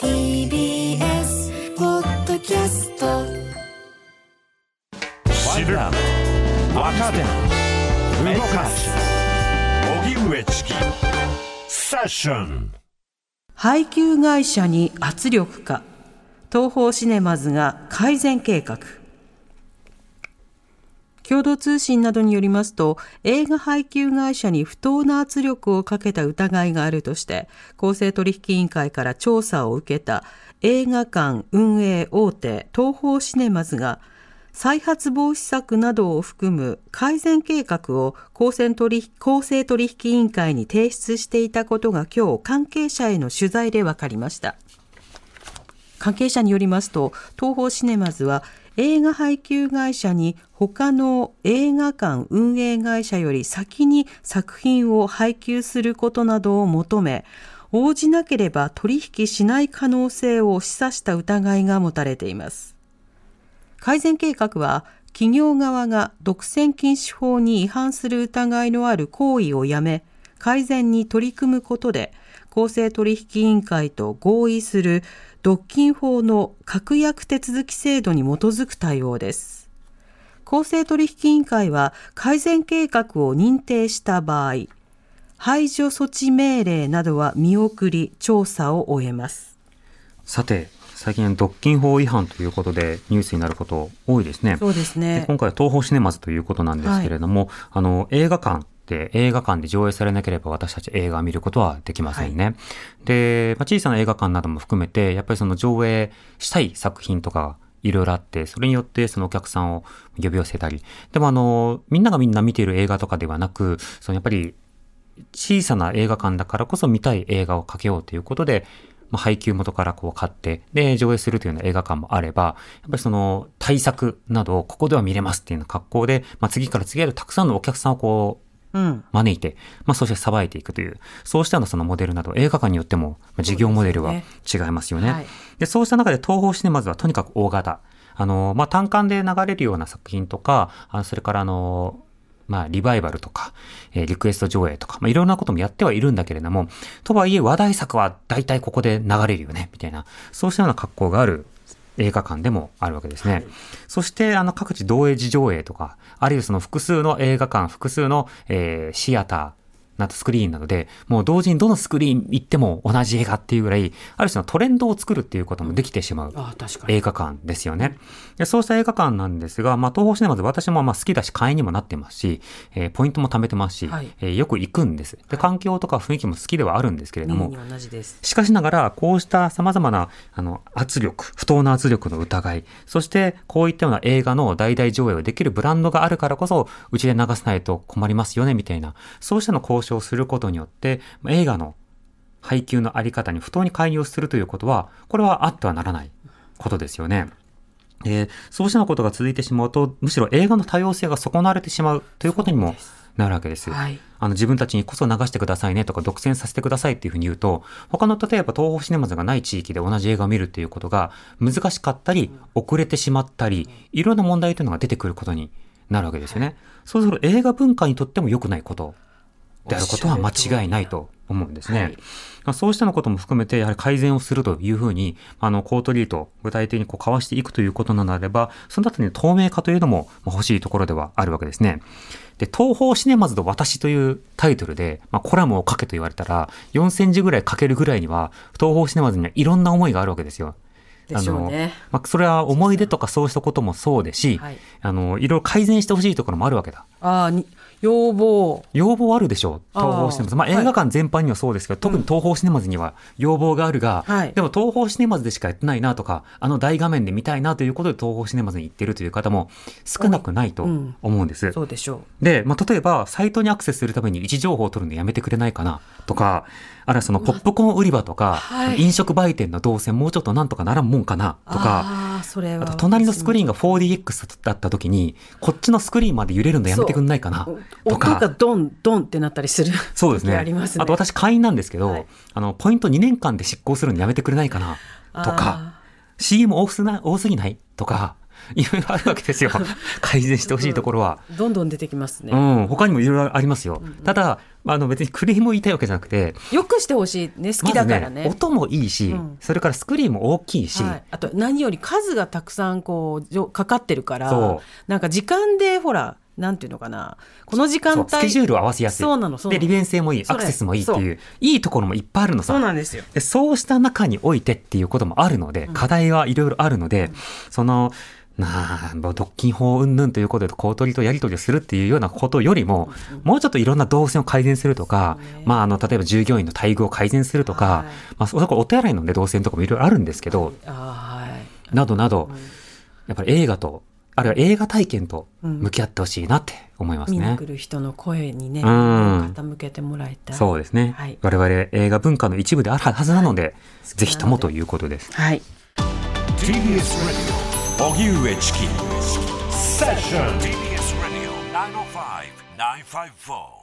TBS ポッドキャスト。 知る若手動かす荻上チキセッション。 配給会社に圧力か、東宝シネマズが改善計画。共同通信などによりますと、映画配給会社に不当な圧力をかけた疑いがあるとして、公正取引委員会から調査を受けた映画館運営大手東宝シネマズが、再発防止策などを含む改善計画を公正取引委員会に提出していたことが今日関係者への取材で分かりました。関係者によりますと、東宝シネマズは映画配給会社に他の映画館運営会社より先に作品を配給することなどを求め、応じなければ取引しない可能性を示唆した疑いが持たれています。改善計画は、企業側が独占禁止法に違反する疑いのある行為をやめ、改善に取り組むことで、公正取引委員会と合意する独禁法の確約手続き制度に基づく対応です。公正取引委員会は改善計画を認定した場合、排除措置命令などは見送り調査を終えます。 さて、最近独禁法違反ということでニュースになること多いですね。 そうですね。 で、今回は東宝シネマズということなんですけれども、映画館で上映されなければ私たち映画を見ることはできませんね。で、小さな映画館なども含めて、やっぱりその上映したい作品とかいろいろあって、それによってそのお客さんを呼び寄せたり、でもみんながみんな見ている映画とかではなく、やっぱり小さな映画館だからこそ見たい映画をかけようということで、配給元から買って、で、上映するというような映画館もあれば、やっぱりその対策などをここでは見れますっていうような格好で、次から次へとたくさんのお客さんを招いて、そしてさばいていくという、そうしたそのモデルなど映画館によっても事業モデルは違いますよね。で、そうした中で東宝シネマズはとにかく大型、単館で流れるような作品とか、それからリバイバルとか、リクエスト上映とか、いろんなこともやってはいるんだけれども、とはいえ話題作は大体ここで流れるよね、みたいな、そうしたような格好がある映画館でもあるわけですね。そして各地同映時上映とか、あるいはその複数の映画館、複数の、シアター、スクリーンなどで、もう同時にどのスクリーン行っても同じ映画っていうぐらい、ある種のトレンドを作るっていうこともできてしまう映画館ですよね。で、そうした映画館なんですが、東宝シネマズ私も好きだし会員にもなってますし、ポイントも貯めてますし、よく行くんです。で、環境とか雰囲気も好きではあるんですけれども、 同じです。 しかしながらこうした様々な圧力、不当な圧力の疑い、そしてこういったような映画の大々上映をできるブランドがあるからこそ、うちで流さないと困りますよねみたいな、そうしたの交渉することによって映画の配給のあり方に不当に介入するということは、これはあってはならないことですよね。そうしたことが続いてしまうと、むしろ映画の多様性が損なわれてしまうということにもなるわけです。自分たちにこそ流してくださいねとか独占させてくださいっていうふうに言うと、他の例えば東宝シネマズがない地域で同じ映画を見るっていうことが難しかったり、遅れてしまったり、いろんな問題というのが出てくることになるわけですよね。そうすると映画文化にとっても良くないことであることは間違いないと思うんですね。そうしたのことも含めて、やはり改善をするというふうに、コートリート、具体的に交わしていくということなのであれば、その後に透明化というのも欲しいところではあるわけですね。で、東宝シネマズと私というタイトルで、コラムを書けと言われたら、4000字ぐらい書けるぐらいには、東宝シネマズにはいろんな思いがあるわけですよ。 でしょうね。 それは思い出とかそうしたこともそうですし、いろいろ改善してほしいところもあるわけだ。 要望あるでしょう、東宝シネマズ。映画館全般にはそうですけど、特に東宝シネマズには要望があるが、でも東宝シネマズでしかやってないなとか、大画面で見たいなということで東宝シネマズに行ってるという方も少なくないと思うんです。 そうでしょう。 で、例えばサイトにアクセスするために位置情報を取るのやめてくれないかなとか、あるいはそのポップコーン売り場とか、飲食売店の動線もうちょっとなんとかならんもんかなとか、あと隣のスクリーンが 4DX だった時にこっちのスクリーンまで揺れるのやめてくんないかなとか、 音がドンドンってなったりする。 そうですね。 ありますね。 あと私会員なんですけど、ポイント2年間で執行するのやめてくれないかなとか、CM 多すぎないとか、 いろいろあるわけですよ改善してほしいところはどんどん出てきますね、 他にもいろいろありますよ、ただ別にクレームを言いたいわけじゃなくてよくしてほしいね、好きだからね、 音もいいし、それからスクリーンも大きいし、 あと何より数がたくさんこうかかってるからそうなんか時間でほらなんていうのかな、この時間帯スケジュールを合わせやすい、 そうなので利便性もいい、アクセスもいいっていういいところもいっぱいあるのさ。 そうなんですよ。 でそうした中においてっていうこともあるので、課題はいろいろあるので、その独禁法云々ということで公取とやり取りをするっていうようなことよりも、もうちょっといろんな動線を改善するとか、例えば従業員の待遇を改善するとか、そこお手洗いの、ね、動線とかもいろいろあるんですけど、などなど、やっぱり映画とあるいは映画体験と向き合ってほしいなって思いますね。 見に来る人の声にね、傾けてもらいたい。 そうですね、我々映画文化の一部であるはずなので、ぜひともということです。 はい。 TBS Radio 荻上チキセッション TBS Radio 905-954